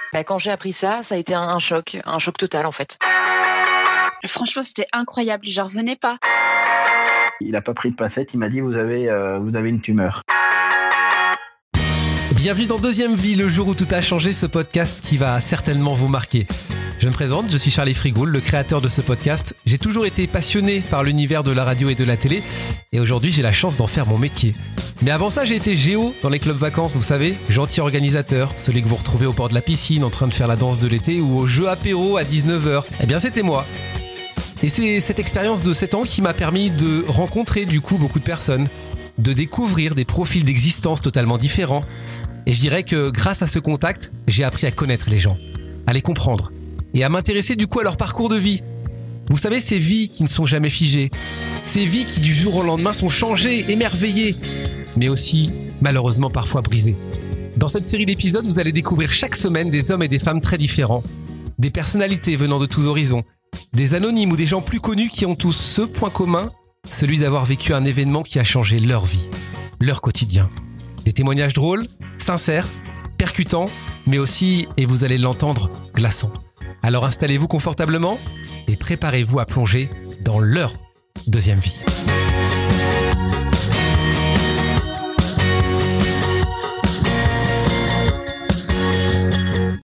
Quand j'ai appris ça a été un choc total en fait. Franchement, c'était incroyable, j'en revenais pas. Il n'a pas pris de pincettes, il m'a dit vous avez une tumeur. Bienvenue dans Deuxième Vie, le jour où tout a changé, ce podcast qui va certainement vous marquer. Je me présente, je suis Charlie Frigoul, le créateur de ce podcast. J'ai toujours été passionné par l'univers de la radio et de la télé et aujourd'hui j'ai la chance d'en faire mon métier. Mais avant ça, j'ai été géo dans les clubs vacances, vous savez, gentil organisateur, celui que vous retrouvez au bord de la piscine en train de faire la danse de l'été ou au jeu apéro à 19h. Eh bien c'était moi. Et c'est cette expérience de 7 ans qui m'a permis de rencontrer du coup beaucoup de personnes, de découvrir des profils d'existence totalement différents. Et je dirais que grâce à ce contact, j'ai appris à connaître les gens, à les comprendre et à m'intéresser du coup à leur parcours de vie. Vous savez, ces vies qui ne sont jamais figées, ces vies qui du jour au lendemain sont changées, émerveillées, mais aussi malheureusement parfois brisées. Dans cette série d'épisodes, vous allez découvrir chaque semaine des hommes et des femmes très différents, des personnalités venant de tous horizons, des anonymes ou des gens plus connus qui ont tous ce point commun, celui d'avoir vécu un événement qui a changé leur vie, leur quotidien. Des témoignages drôles, sincères, percutants, mais aussi, et vous allez l'entendre, glaçants. Alors installez-vous confortablement et préparez-vous à plonger dans leur deuxième vie.